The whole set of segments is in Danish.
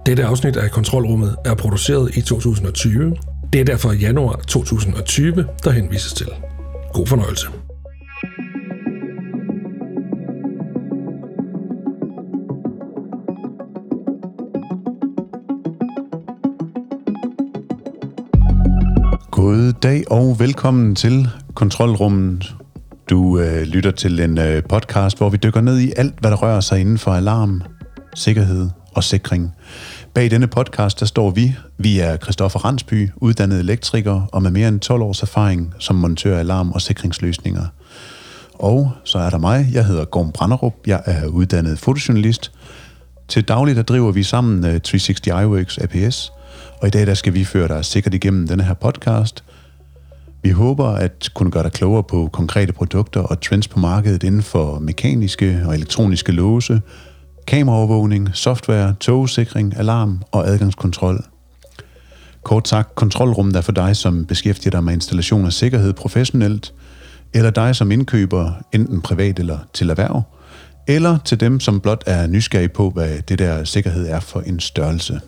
Dette afsnit af Kontrolrummet er produceret i 2020. Det er derfor januar 2020, der henvises til. God fornøjelse. God dag og velkommen til Kontrolrummet. Du lytter til en podcast, hvor vi dykker ned i alt, hvad der rører sig inden for alarm, sikkerhed og sikring. Bag denne podcast, der står vi. Vi er Christoffer Randsby, uddannet elektriker og med mere end 12 års erfaring som montør af alarm- og sikringsløsninger. Og så er der mig. Jeg hedder Gorm Branderup. Jeg er uddannet fotojournalist. Til daglig der driver vi sammen 360 iWorks APS. Og i dag der skal vi føre dig sikkert igennem denne her podcast. Vi håber at kunne gøre dig klogere på konkrete produkter og trends på markedet inden for mekaniske og elektroniske låse, kameraovervågning, software, togsikring, alarm og adgangskontrol. Kort sagt, kontrolrummet er for dig, som beskæftiger dig med installation af sikkerhed professionelt, eller dig som indkøber, enten privat eller til erhverv, eller til dem, som blot er nysgerrige på, hvad det der sikkerhed er for en størrelse.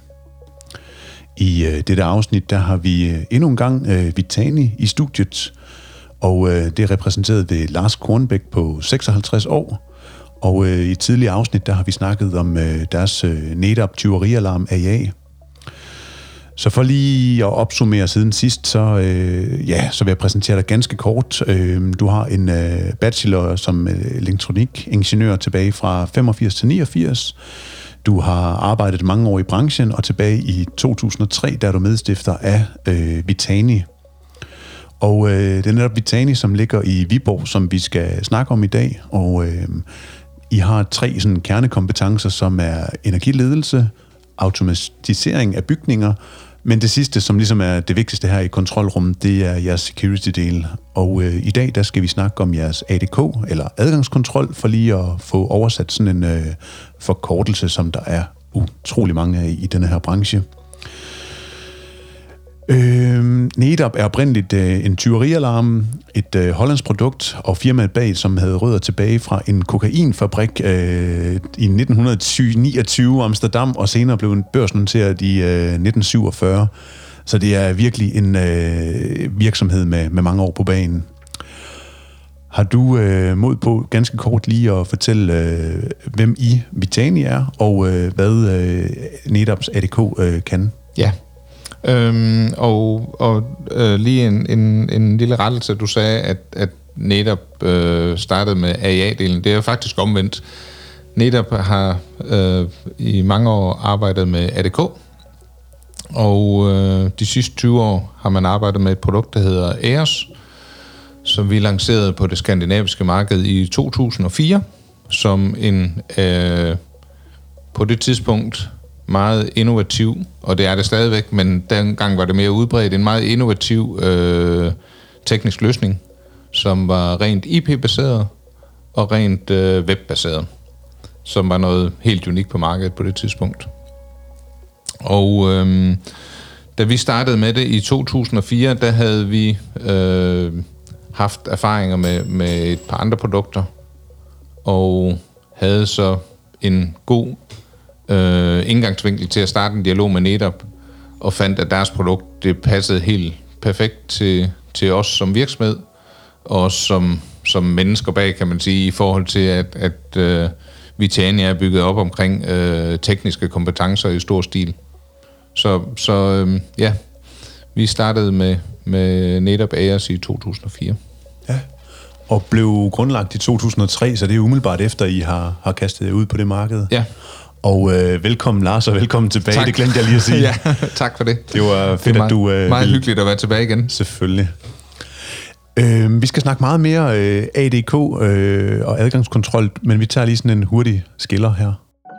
I dette afsnit, der har vi endnu en gang Vitani i studiet, og det er repræsenteret ved Lars Kornbæk på 56 år. Og i et tidligere afsnit, der har vi snakket om deres NetApp tyverialarm AA. Så for lige at opsummere siden sidst, så vil jeg præsentere dig ganske kort. Du har en bachelor som elektronikingeniør tilbage fra 85 til 89. Du har arbejdet mange år i branchen, og tilbage i 2003, der er du medstifter af Vitani. Og det er netop Vitani, som ligger i Viborg, som vi skal snakke om i dag. Og I har 3 sådan kernekompetencer, som er energiledelse, automatisering af bygninger, men det sidste, som ligesom er det vigtigste her i kontrolrummet, det er jeres security-del. Og i dag, der skal vi snakke om jeres ADK, eller adgangskontrol, for lige at få oversat sådan en forkortelse, som der er utrolig mange af i denne her branche. NetApp er oprindeligt en tyverialarm, et hollandsk produkt, og firmaet bag, som havde rødder tilbage fra en kokainfabrik i 1929 Amsterdam, og senere blev en børsnoteret i 1947. Så det er virkelig en virksomhed med mange år på banen. Har du mod på ganske kort lige at fortælle, hvem I Vitani er, og hvad NetApps ADK kan? Ja. Lige en lille rettelse. Du sagde, at NetApp startede med AA-delen. Det er jo faktisk omvendt. NetApp har i mange år arbejdet med ADK, og de sidste 20 år har man arbejdet med et produkt, der hedder EOS, som vi lancerede på det skandinaviske marked i 2004, som en på det tidspunkt meget innovativ, og det er det stadigvæk, men dengang var det mere udbredt, en meget innovativ teknisk løsning, som var rent IP-baseret og rent webbaseret, som var noget helt unikt på markedet på det tidspunkt. Og da vi startede med det i 2004, der havde vi haft erfaringer med et par andre produkter, og havde så en god indgangsvinkel til at starte en dialog med NetApp, og fandt, at deres produkt, det passede helt perfekt til os som virksomhed, og os som mennesker bag, kan man sige, i forhold til, at Vitani er bygget op omkring tekniske kompetencer i stor stil. Så vi startede med NetApp AS i 2004. Ja, og blev grundlagt i 2003, så det er umiddelbart efter, I har kastet jer ud på det marked. Ja. Og velkommen Lars, og velkommen tilbage. Tak. Det glemte jeg lige at sige. Ja, tak for det. Det var fedt, at du... meget hyggeligt at være tilbage igen. Selvfølgelig. Vi skal snakke meget mere ADK og adgangskontrol, men vi tager lige sådan en hurtig skiller her.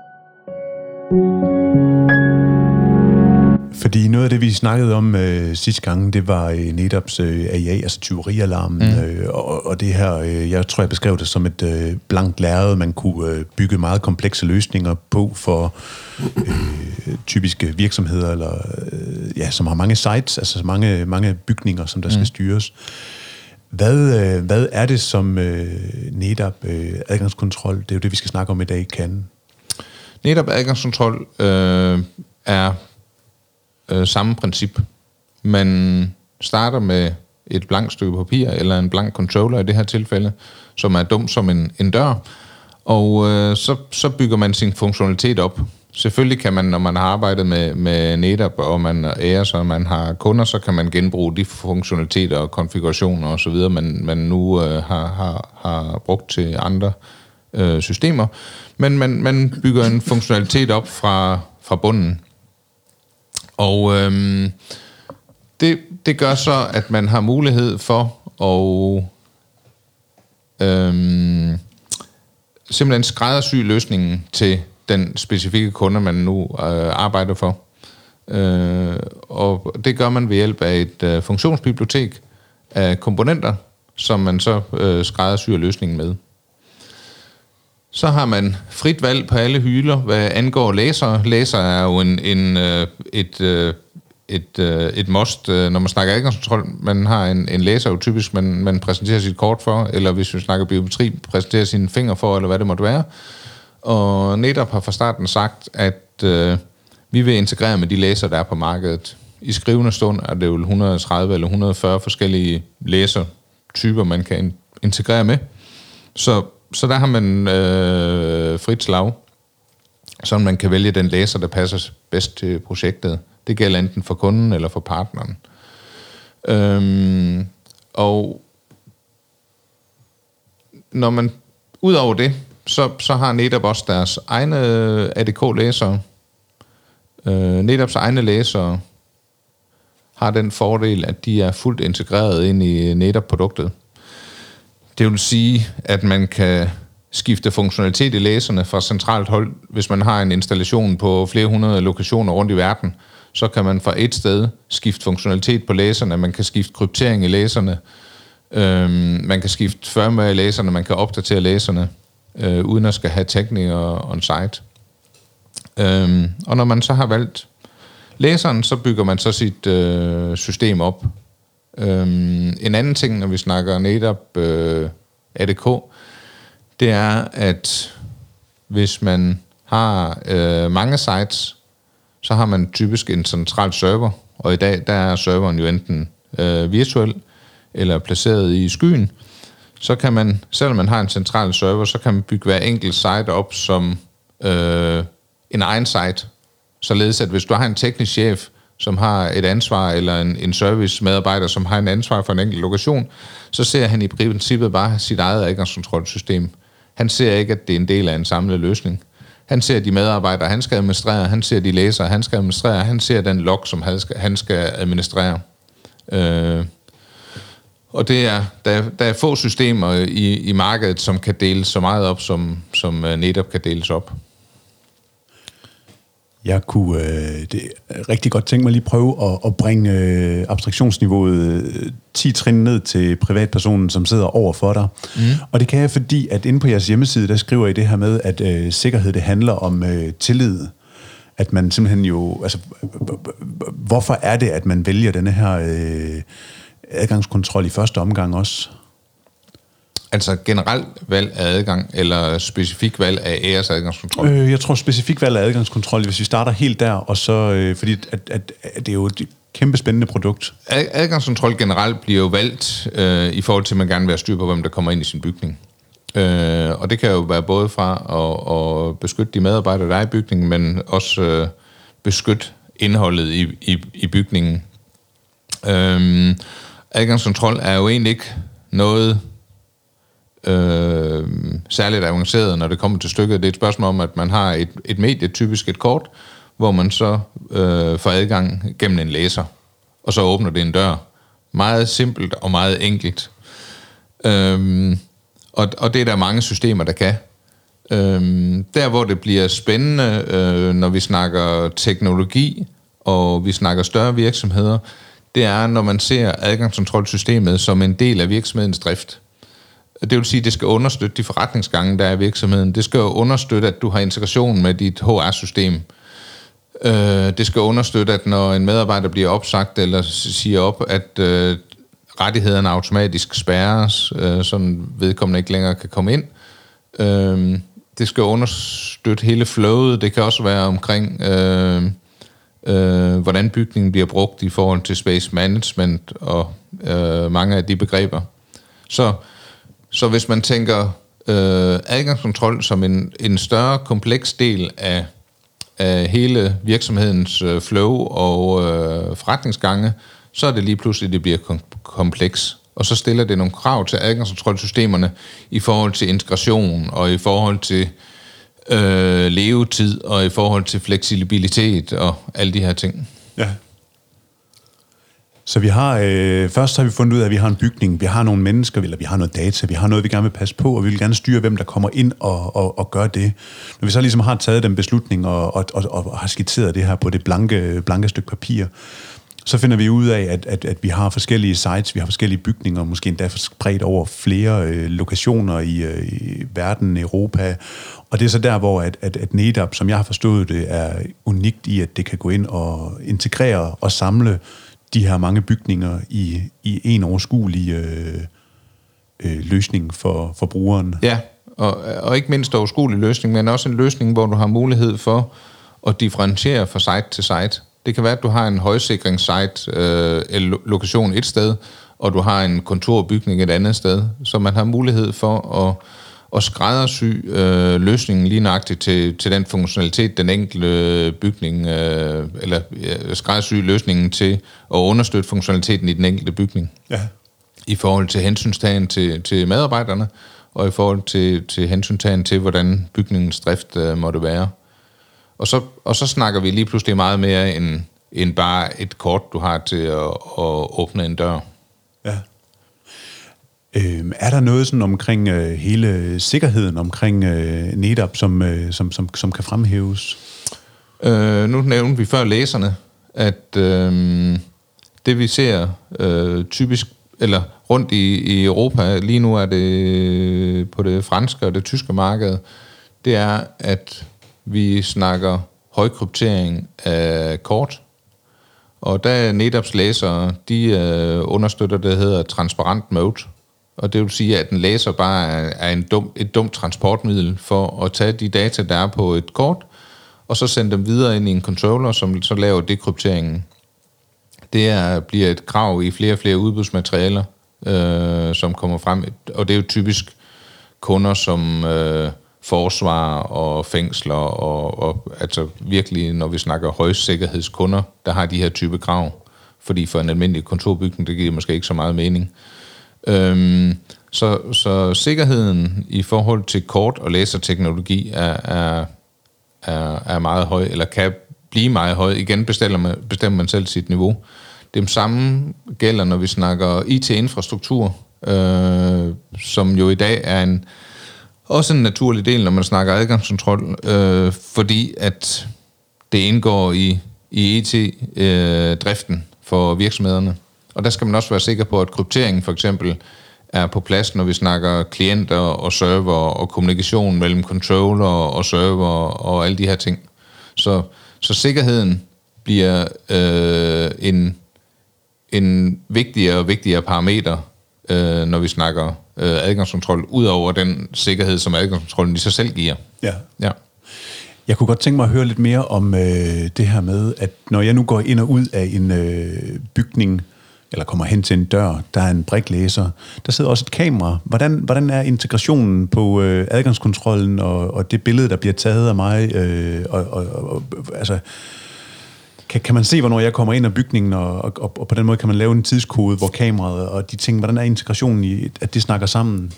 Fordi noget af det, vi snakkede om sidste gang, det var NetApps AA, altså tyverialarmen, og det her, jeg tror, jeg beskrev det som et blankt lærred, man kunne bygge meget komplekse løsninger på for typiske virksomheder, eller som har mange sites, altså mange bygninger, som der skal styres. Hvad er det, som NetApp adgangskontrol, det er jo det, vi skal snakke om i dag, kan? NetApp adgangskontrol er samme princip. Man starter med et blankt stykke papir, eller en blank controller i det her tilfælde, som er dum som en dør, og så bygger man sin funktionalitet op. Selvfølgelig kan man, når man har arbejdet med NetApp, og man ærer sig, og man har kunder, så kan man genbruge de funktionaliteter og konfigurationer osv., man nu har brugt til andre systemer. Men man bygger en funktionalitet op fra bunden. Og det gør så, at man har mulighed for at simpelthen skræddersy løsningen til den specifikke kunde, man nu arbejder for. Og det gør man ved hjælp af et funktionsbibliotek af komponenter, som man så skræddersyr løsningen med. Så har man frit valg på alle hylder, hvad angår laser. Laser er jo et must, når man snakker adgangskontrol. Man har en laser jo typisk, man præsenterer sit kort for, eller hvis vi snakker biometri, præsenterer sine fingre for, eller hvad det måtte være. Og NetApp har fra starten sagt, at vi vil integrere med de laser, der er på markedet. I skrivende stund er det jo 130 eller 140 forskellige lasertyper, man kan integrere med. Så der har man frit slag, så man kan vælge den laser, der passer bedst til projektet. Det gælder enten for kunden eller for partneren. Og når man ud over det, så har NetApp også deres egne ADK-læsere. NetApps egne læsere har den fordel, at de er fuldt integreret ind i NetApp-produktet. Det vil sige, at man kan skifte funktionalitet i læserne fra centralt hold. Hvis man har en installation på flere hundrede lokationer rundt i verden, så kan man fra et sted skifte funktionalitet på læserne. Man kan skifte kryptering i læserne. Man kan skifte firmware i læserne. Man kan opdatere læserne, uden at skal have teknikere on-site. Og når man så har valgt læseren, så bygger man så sit system op. En anden ting, når vi snakker NetApp ADK, det er, at hvis man har mange sites, så har man typisk en central server, og i dag der er serveren jo enten virtuel eller placeret i skyen. Så kan man, selvom man har en central server, så kan man bygge hver enkelt site op som en egen site. Således at hvis du har en teknisk chef, som har et ansvar, eller en service-medarbejder, som har en ansvar for en enkelt lokation, så ser han i princippet bare sit eget adgangskontrolsystem. Han ser ikke, at det er en del af en samlet løsning. Han ser de medarbejdere, han skal administrere, han ser de læsere, han skal administrere, han ser den log, som han skal administrere. Og der er få systemer i markedet, som kan deles så meget op, som NetApp kan deles op. Jeg kunne rigtig godt tænke mig lige prøve at bringe abstraktionsniveauet 10 trin ned til privatpersonen, som sidder over for dig. Og det kan jeg, fordi at inde på jeres hjemmeside, der skriver I det her med, at sikkerhed, det handler om tillid. At man simpelthen jo... Altså, hvorfor er det, at man vælger denne her adgangskontrol i første omgang også? Altså generelt valg af adgang, eller specifik valg af æres adgangskontrol? Jeg tror specifik valg af adgangskontrol, hvis vi starter helt der, og så, fordi at det er jo et kæmpe spændende produkt. Adgangskontrol generelt bliver jo valgt i forhold til, at man gerne vil have styr på, hvem der kommer ind i sin bygning. Og det kan jo være både fra at beskytte de medarbejdere, der er i bygningen, men også beskytte indholdet i bygningen. Adgangskontrol er jo egentlig ikke noget særligt avanceret, når det kommer til stykket. Det er et spørgsmål om, at man har et medie, typisk et kort, hvor man så får adgang gennem en læser, og så åbner det en dør. Meget simpelt og meget enkelt. Og det er der mange systemer, der kan. Der, hvor det bliver spændende, når vi snakker teknologi, og vi snakker større virksomheder, det er, når man ser adgangskontrolsystemet som en del af virksomhedens drift. Det vil sige, at det skal understøtte de forretningsgange, der er i virksomheden. Det skal jo understøtte, at du har integration med dit HR-system. Det skal understøtte, at når en medarbejder bliver opsagt eller siger op, at rettighederne automatisk spærres, så vedkommende ikke længere kan komme ind. Det skal understøtte hele flowet. Det kan også være omkring hvordan bygningen bliver brugt i forhold til space management og mange af de begreber. Så hvis man tænker adgangskontrol som en større kompleks del af hele virksomhedens flow og forretningsgange, så er det lige pludselig, det bliver kompleks. Og så stiller det nogle krav til adgangskontrolsystemerne i forhold til integration og i forhold til levetid og i forhold til fleksibilitet og alle de her ting. Ja. Så vi har, først har vi fundet ud af, at vi har en bygning, vi har nogle mennesker, eller vi har noget data, vi har noget, vi gerne vil passe på, og vi vil gerne styre, hvem der kommer ind og gør det. Når vi så ligesom har taget den beslutning og har skitseret det her på det blanke stykke papir, så finder vi ud af, at vi har forskellige sites, vi har forskellige bygninger, måske endda spredt over flere lokationer i verden, Europa. Og det er så der, hvor at NEDAP, som jeg har forstået det, er unikt i, at det kan gå ind og integrere og samle de her mange bygninger i en overskuelig løsning for brugeren. Ja, og ikke mindst overskuelig løsning, men også en løsning, hvor du har mulighed for at differentiere fra site til site. Det kan være, at du har en højsikringssite eller lokation et sted, og du har en kontorbygning et andet sted, så man har mulighed for at skræddersy løsningen lige nøjagtigt til den funktionalitet, den enkelte bygning, eller skræddersy løsningen til at understøtte funktionaliteten i den enkelte bygning. Ja. I forhold til hensynstagen til medarbejderne, og i forhold til hensyntagen til, hvordan bygningens drift måtte være. Og så snakker vi lige pludselig meget mere end bare et kort, du har til at åbne en dør. Ja. Er der noget sådan omkring hele sikkerheden omkring NEDAP, som kan fremhæves? Nu nævnte vi før læserne, at det vi ser typisk, eller rundt i Europa, lige nu er det på det franske og det tyske marked, det er, at vi snakker højkryptering af kort, og der NEDAPs læsere, de understøtter det, der hedder transparent mode, og det vil sige, at en læser bare er et dumt transportmiddel for at tage de data, der er på et kort, og så sende dem videre ind i en controller, som så laver dekrypteringen. Det bliver et krav i flere og flere udbudsmaterialer, som kommer frem, og det er jo typisk kunder som forsvar og fængsler, og altså virkelig, når vi snakker højsikkerhedskunder, der har de her type krav, fordi for en almindelig kontorbygning, det giver måske ikke så meget mening. Så sikkerheden i forhold til kort- og laserteknologi er meget høj, eller kan blive meget høj. Igen bestemmer man selv sit niveau. Det samme gælder, når vi snakker IT-infrastruktur, som jo i dag er også en naturlig del, når man snakker adgangskontrol, fordi at det indgår i IT-driften for virksomhederne. Og der skal man også være sikker på, at krypteringen for eksempel er på plads, når vi snakker klienter og server og kommunikation mellem controller og server og alle de her ting. Så sikkerheden bliver en vigtigere og vigtigere parameter, når vi snakker adgangskontrol, ud over den sikkerhed, som adgangskontrollen i sig selv giver. Ja. Jeg kunne godt tænke mig at høre lidt mere om det her med, at når jeg nu går ind og ud af en bygning, eller kommer hen til en dør, der er en briklæser, der sidder også et kamera. Hvordan er integrationen på adgangskontrollen og det billede, der bliver taget af mig? Altså, kan man se, hvornår jeg kommer ind af bygningen, og på den måde kan man lave en tidskode, hvor kameraet og de ting, hvordan er integrationen i, at de snakker sammen?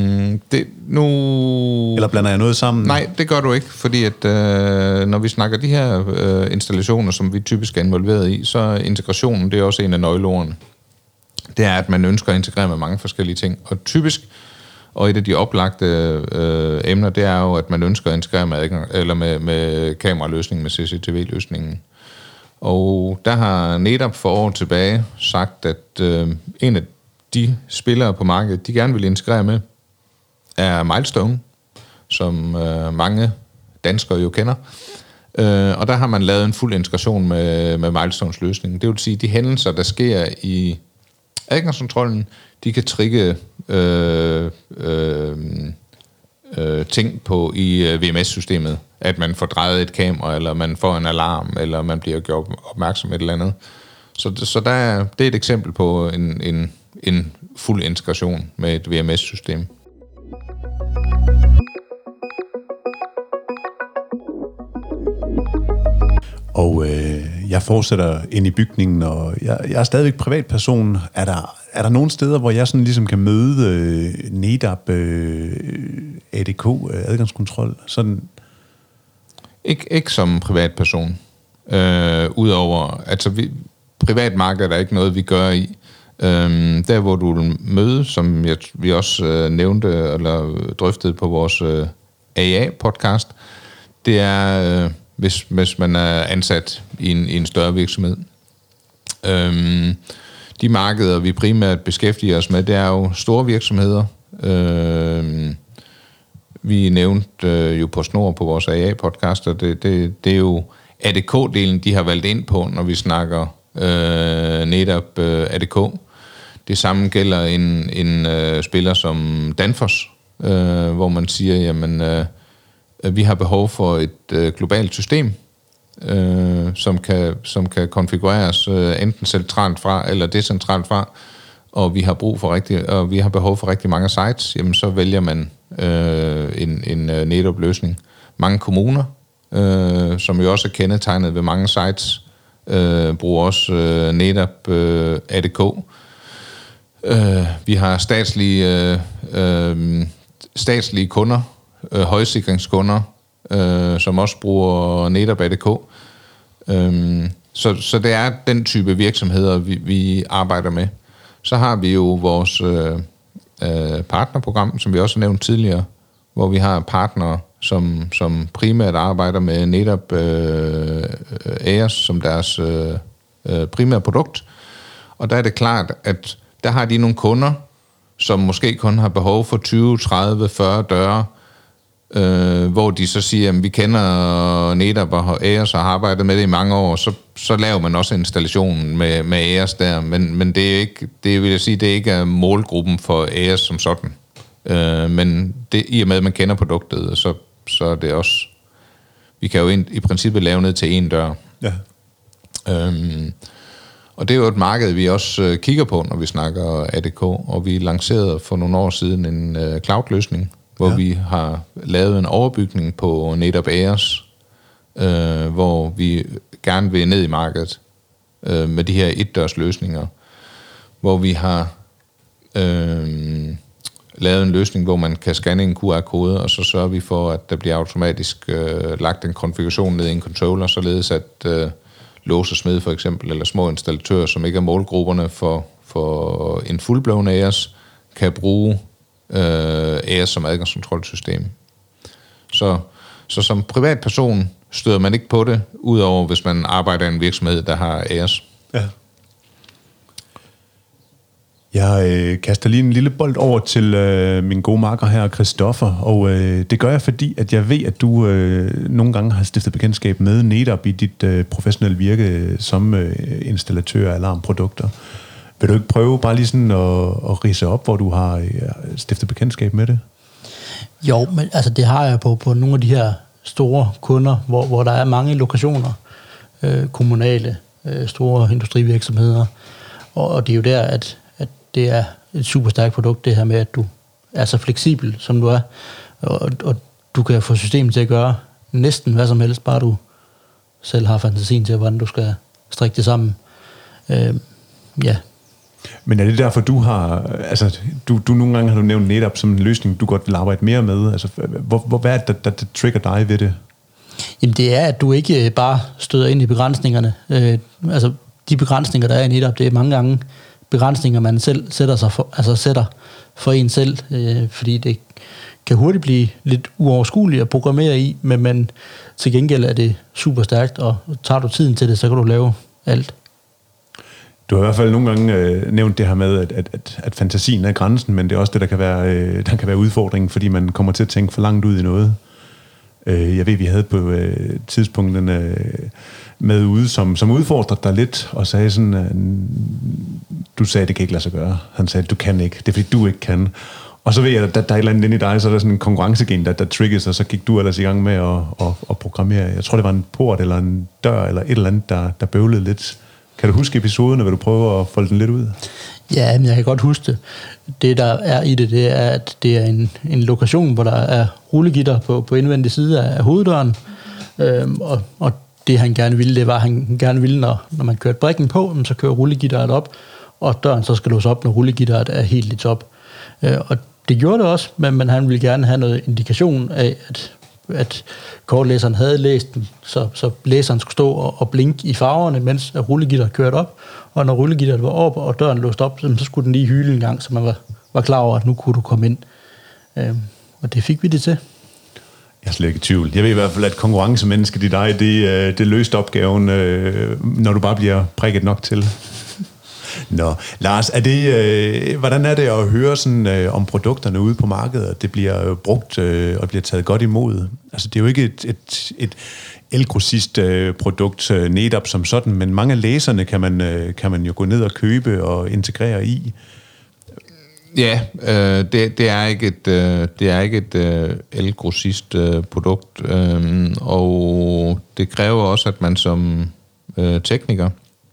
Eller blander jeg noget sammen? Nej, det gør du ikke, fordi at når vi snakker de her installationer, som vi typisk er involveret i, så integrationen, det er også en af nøgleordene. Det er, at man ønsker at integrere med mange forskellige ting, og typisk, og et af de oplagte emner, det er jo, at man ønsker at integrere med kameraløsningen, med CCTV-løsningen. Og der har NEDAP for år tilbage sagt, at en af de spillere på markedet, de gerne vil integrere med, er Milestone, som mange danskere jo kender. Og der har man lavet en fuld integration med Milestones løsning. Det vil sige, at de hændelser, der sker i adgangskontrollen, de kan trigge ting i VMS-systemet. at man får drejet et kamera, eller man får en alarm, eller man bliver gjort opmærksom et eller andet. Så det er et eksempel på en fuld integration med et VMS-system. Og jeg fortsætter ind i bygningen, og jeg er stadigvæk privatperson. Er der nogle steder, hvor jeg sådan ligesom kan møde NEDAP, ADK, adgangskontrol? Sådan? Ikke som privatperson. Udover, altså privatmarked er ikke noget, vi gør i. Der, hvor du vil møde, som vi også nævnte eller drøftede på vores AA-podcast, det er... Hvis man er ansat i en større virksomhed. De markeder, vi primært beskæftiger os med, det er jo store virksomheder. Vi nævnte jo på Snor på vores AA-podcast, og det er jo ADK-delen, de har valgt ind på, når vi snakker NEDAP ADK. Det samme gælder en spiller som Danfoss, hvor man siger, jamen... Vi har behov for et globalt system, som kan konfigureres enten centralt fra eller decentralt fra, og vi har behov for rigtig mange sites. Jamen så vælger man en NEDAP-løsning. Mange kommuner, som jo også er kendetegnet ved mange sites, bruger også NEDAP ADK. Vi har statslige kunder, højsikringskunder, som også bruger NEDAP ADK. Så det er den type virksomheder, vi arbejder med. Så har vi jo vores partnerprogram, som vi også har nævnt tidligere, hvor vi har partnere, som primært arbejder med NEDAP AS som deres primære produkt. Og der er det klart, at der har de nogle kunder, som måske kun har behov for 20, 30, 40 døre, hvor de så siger, at vi kender NEDAP og AS og har arbejdet med det i mange år, så laver man også installationen med AS der, men det er ikke, det vil jeg sige, det ikke er målgruppen for AS som sådan. Men det, i og med, at man kender produktet, så er det også, vi kan jo i princippet lave ned til en dør. Ja. Og det er jo et marked, vi også kigger på, når vi snakker ADK, og vi lancerede for nogle år siden en cloud-løsning, hvor vi har lavet en overbygning på NEDAP AS, hvor vi gerne vil ned i markedet med de her etdørs løsninger, hvor vi har lavet en løsning, hvor man kan scanne en QR-kode, og så sørger vi for, at der bliver automatisk lagt en konfiguration ned i en controller, således at lås og smed for eksempel, eller små installatører, som ikke er målgrupperne for en fuldblown AS, kan bruge AS som adgangskontrolsystem. Så som privatperson støder man ikke på det, udover hvis man arbejder i en virksomhed, der har AS. Ja. Jeg kaster lige en lille bold over til min gode makker her, Christoffer, og det gør jeg, fordi at jeg ved, at du nogle gange har stiftet bekendtskab med NEDAP i dit professionelle virke som installatør af alarmprodukter. Vil du ikke prøve bare lige sådan at ridse op, hvor du har stiftet bekendtskab med det? Jo, men altså det har jeg på nogle af de her store kunder, hvor der er mange lokationer, kommunale, store industrivirksomheder, og det er jo der, at det er et super stærkt produkt, det her med, at du er så fleksibel, som du er, og du kan få systemet til at gøre næsten hvad som helst, bare du selv har fantasien til, hvordan du skal strikke det sammen. Ja. Men er det derfor, du har, altså, du nogle gange har du nævnt NEDAP som en løsning, du godt vil arbejde mere med? Altså, hvad er det, der trigger dig ved det? Jamen, det er, at du ikke bare støder ind i begrænsningerne. Altså, de begrænsninger, der er i NEDAP, det er mange gange begrænsninger, man selv sætter for en selv, fordi det kan hurtigt blive lidt uoverskueligt at programmere i, men til gengæld er det super stærkt, og tager du tiden til det, så kan du lave alt. Du har i hvert fald nogle gange nævnt det her med, at fantasien er grænsen, men det er også det, der kan være udfordringen, fordi man kommer til at tænke for langt ud i noget. Jeg ved, vi havde på tidspunkterne med ude, som udfordrede dig lidt, og sagde sådan, du sagde, det kan ikke lade sig gøre. Han sagde, du kan ikke. Det er fordi, du ikke kan. Og så ved jeg, at der er et eller andet inde i dig, så er der sådan en konkurrencegen, der trigges, og så gik du ellers i gang med at programmere. Jeg tror, det var en port eller en dør, eller et eller andet, der bøvlede lidt. Kan du huske episoden, og vil du prøve at folde den lidt ud? Ja, men jeg kan godt huske det. Det, der er i det er, at det er en lokation, hvor der er rullegitter på indvendig side af hoveddøren. Og det, han gerne ville, det var, at han gerne ville, når man kørte brikken på, så kører rullegitteret op, og døren så skal låse op, når rullegitteret er helt lidt op. Og det gjorde det også, men han ville gerne have noget indikation af, at kortlæseren havde læst den, så læseren skulle stå og blinke i farverne, mens rullegitteret kørte op, og når rullegitteret var op, og døren låst op, så skulle den lige hyle en gang, så man var klar over, at nu kunne du komme ind. Og det fik vi det til. Jeg er slet ikke i tvivl. Jeg ved i hvert fald, at konkurrencemennesket i dig, det løste opgaven, når du bare bliver prikket nok til. Nå, Lars, hvordan er det at høre sådan, om produkterne ude på markedet, at det bliver brugt og bliver taget godt imod? Altså, det er jo ikke et elgrossist-produkt netop som sådan, men mange af læserne kan man jo gå ned og købe og integrere i. Ja, det er ikke et elgrossist-produkt, og det kræver også, at man som tekniker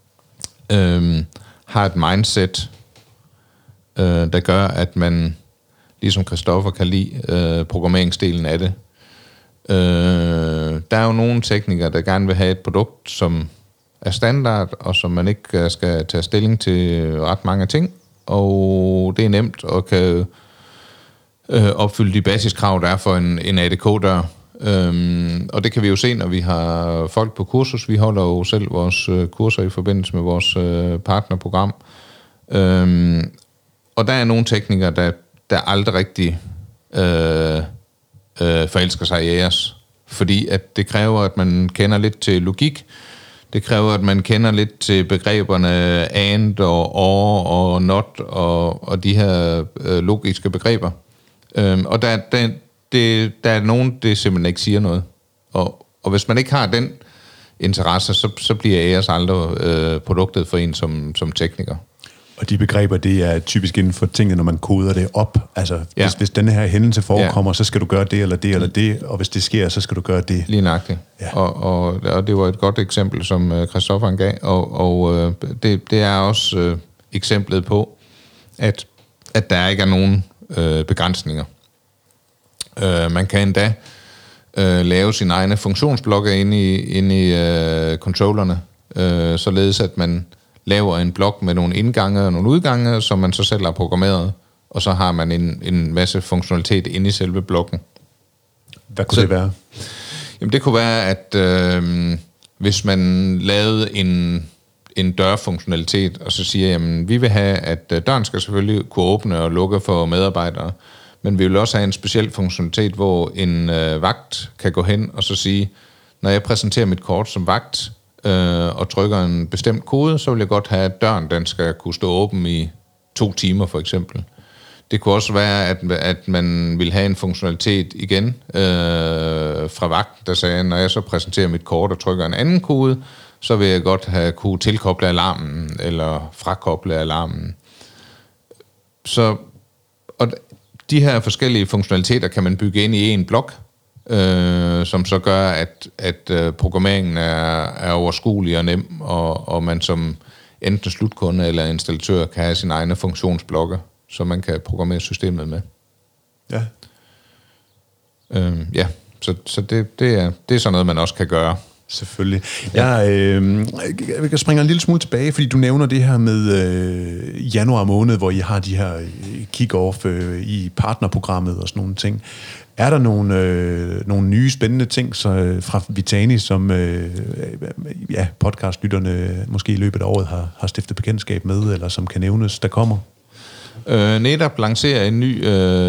har et mindset, der gør, at man, ligesom Christoffer, kan lide programmeringsdelen af det. Der er jo nogle teknikere, der gerne vil have et produkt, som er standard, og som man ikke skal tage stilling til ret mange ting, og det er nemt og kan opfylde de basiskrav, der er for en ADK-dør. Og det kan vi jo se, når vi har folk på kursus. Vi holder jo selv vores kurser i forbindelse med vores partnerprogram. Og der er nogle teknikere, der aldrig rigtig forelsker sig i AES, fordi at det kræver, at man kender lidt til logik. Det kræver, at man kender lidt til begreberne and og or og not og de her logiske begreber. Og der er nogen, det simpelthen ikke siger noget. Og hvis man ikke har den interesse, så bliver AES aldrig produktet for en som tekniker. Og de begreber, det er typisk inden for tingene, når man koder det op. Altså, hvis denne her hændelse forekommer, så skal du gøre det eller det eller det, og hvis det sker, så skal du gøre det. Lige nøjagtigt. Ja. Og det var et godt eksempel, som Christoffer gav, og det er også eksemplet på, at der ikke er nogen begrænsninger. Man kan endda lave sine egne funktionsblokke inde i controllerne, således at man laver en blok med nogle indgange og nogle udgange, som man så selv har programmeret, og så har man en masse funktionalitet inde i selve blokken. Hvad kunne det være? Jamen det kunne være, at hvis man lavede en dørfunktionalitet, og så siger, jamen vi vil have, at døren skal selvfølgelig kunne åbne og lukke for medarbejdere, men vi vil også have en speciel funktionalitet, hvor en vagt kan gå hen og så sige, når jeg præsenterer mit kort som vagt, og trykker en bestemt kode, så vil jeg godt have, at døren den skal kunne stå åben i 2 timer for eksempel. Det kunne også være, at man vil have en funktionalitet igen fra vagt, der sagde, når jeg så præsenterer mit kort og trykker en anden kode, så vil jeg godt kunne tilkoble alarmen eller frakoble alarmen. Så og de her forskellige funktionaliteter kan man bygge ind i en blok, som så gør, at programmeringen er overskuelig og nem, og man som enten slutkunde eller installatør kan have sine egne funktionsblokke, som man kan programmere systemet med. Ja. Så det er sådan noget, man også kan gøre. Selvfølgelig. Jeg kan springe en lille smule tilbage, fordi du nævner det her med januar måned, hvor I har de her kick-off i partnerprogrammet og sådan nogle ting. Er der nogle nye spændende ting fra Vitani, som podcastlytterne måske i løbet af året har stiftet bekendtskab med, eller som kan nævnes, der kommer? Netop lancerer en ny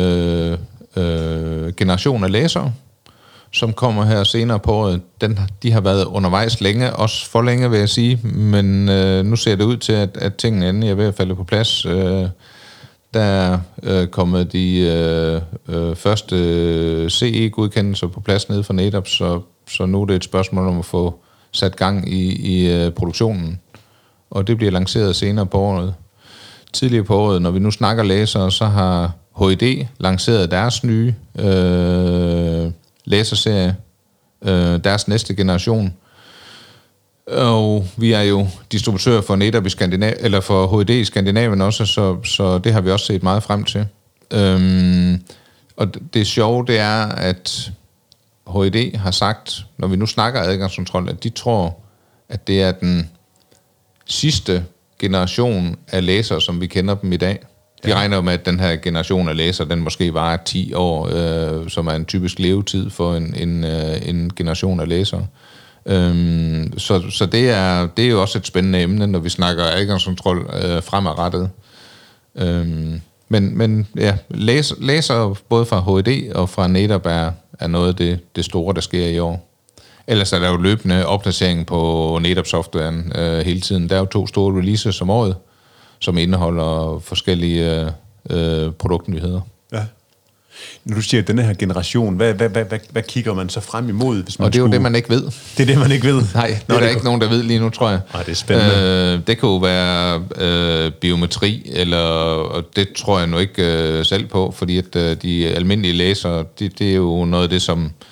generation af læsere, som kommer her senere på året. De har været undervejs længe, også for længe vil jeg sige, men nu ser det ud til, at tingene endelig er ved at falde på plads. Der er kommet de første CE-godkendelser på plads nede for Netop, så nu er det et spørgsmål om at få sat gang i produktionen, og det bliver lanceret senere på året. tidligere på året, når vi nu snakker laser, så har HID lanceret deres nye laserserie, deres næste generation. Og vi er jo distributør for NetApp i Skandinavien, eller for HID i Skandinavien også, så det har vi også set meget frem til. Og det sjove, det er, at HID har sagt, når vi nu snakker adgangskontrol, at de tror, at det er den sidste generation af laser, som vi kender dem i dag. De regner jo med, at den her generation af laser, den måske varer 10 år, som er en typisk levetid for en generation af laser. Så det er jo også et spændende emne, når vi snakker adgangskontrol fremadrettet. Men ja, laser både fra HID og fra NetApp er noget af det store, der sker i år. Ellers er der jo løbende opdatering på NetApp-softwaren hele tiden. Der er jo 2 store releases om året, som indeholder forskellige produktnyheder. Ja. Når du siger, at denne her generation, hvad kigger man så frem imod? Hvis man og det er jo det, man ikke ved. Det er det, man ikke ved? Nej, det er der ikke nogen, der ved lige nu, tror jeg. Nej, det er spændende. Det kan jo være biometri, og det tror jeg nu ikke selv på, fordi at de almindelige læsere, det er jo noget af det,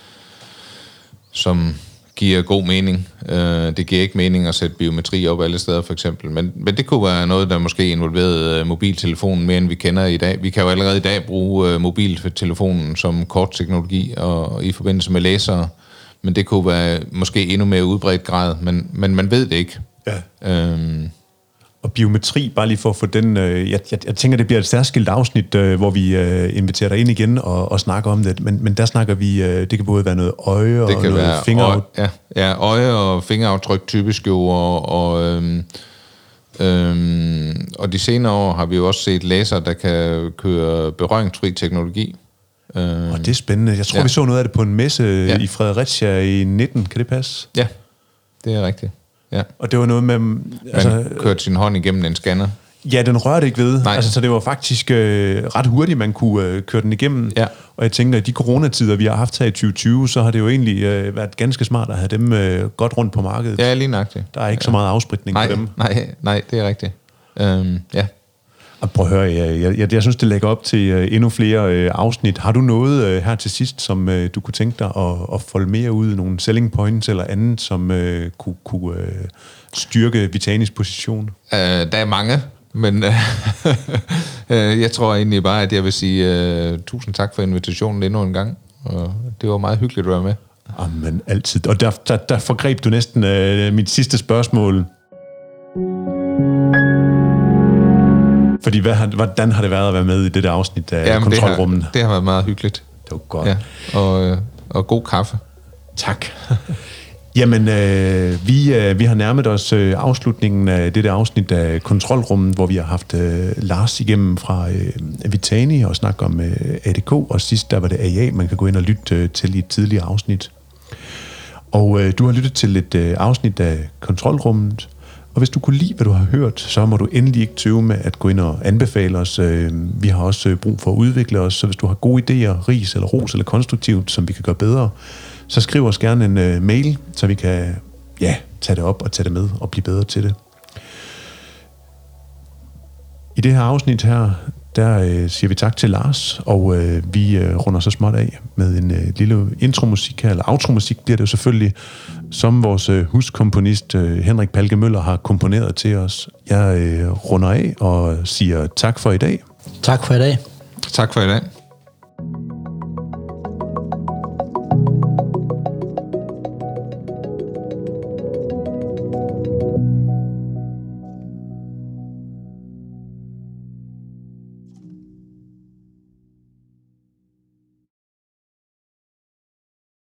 som giver god mening. Det giver ikke mening at sætte biometri op alle steder, for eksempel. Men det kunne være noget, der måske involverede mobiltelefonen mere, end vi kender i dag. Vi kan jo allerede i dag bruge mobiltelefonen som kortteknologi og i forbindelse med læsere, men det kunne være måske endnu mere udbredt grad, men man ved det ikke. Ja. Og biometri, bare lige for at få den... Jeg tænker, det bliver et særskilt afsnit, hvor vi inviterer dig ind igen og snakker om det. Men der snakker vi... det kan både være noget øje og noget fingeraftryk. Ja, øje og fingeraftryk typisk jo. Og de senere år har vi jo også set laser, der kan køre berøringsfri teknologi. Og det er spændende. Jeg tror, vi så noget af det på en messe i Fredericia i 19. Kan det passe? Ja, det er rigtigt. Ja. Og det var noget med... Man kørte sin hånd igennem en scanner. Ja, den rørte ikke ved. Nej. Altså, så det var faktisk ret hurtigt, man kunne køre den igennem. Ja. Og jeg tænker, at de coronatider, vi har haft her i 2020, så har det jo egentlig været ganske smart at have dem godt rundt på markedet. Ja, lige nøjagtigt. Der er ikke så meget afspritning på dem. Nej, det er rigtigt. Ja. Og prøv at høre, jeg synes, det lægger op til endnu flere afsnit. Har du noget her til sidst, som du kunne tænke dig at folde mere ud? Nogle selling points eller andet, som kunne styrke Vitanis position? Der er mange, men jeg tror egentlig bare, at jeg vil sige tusind tak for invitationen endnu en gang. Og det var meget hyggeligt at være med. Jamen, altid. Og der forgreb du næsten mit sidste spørgsmål. Fordi hvordan har det været at være med i det der afsnit af Kontrolrummet? Det har været meget hyggeligt. Det var godt. Ja, og god kaffe. Tak. Jamen, vi har nærmet os afslutningen af det der afsnit af Kontrolrummet, hvor vi har haft Lars igennem fra Vitani og snakket om ADK, og sidst der var det AA, man kan gå ind og lytte til i et tidligere afsnit. Og du har lyttet til et afsnit af Kontrolrummet, og hvis du kunne lide, hvad du har hørt, så må du endelig ikke tøve med at gå ind og anbefale os. Vi har også brug for at udvikle os, så hvis du har gode idéer, ris eller ros eller konstruktivt, som vi kan gøre bedre, så skriv os gerne en mail, så vi kan tage det op og tage det med og blive bedre til det. I det her afsnit her, der siger vi tak til Lars, og vi runder så småt af med en lille intromusik her, eller outromusik bliver det jo selvfølgelig, som vores huskomponist Henrik Palke Møller har komponeret til os. Jeg runder af og siger tak for i dag. Tak for i dag. Tak for i dag.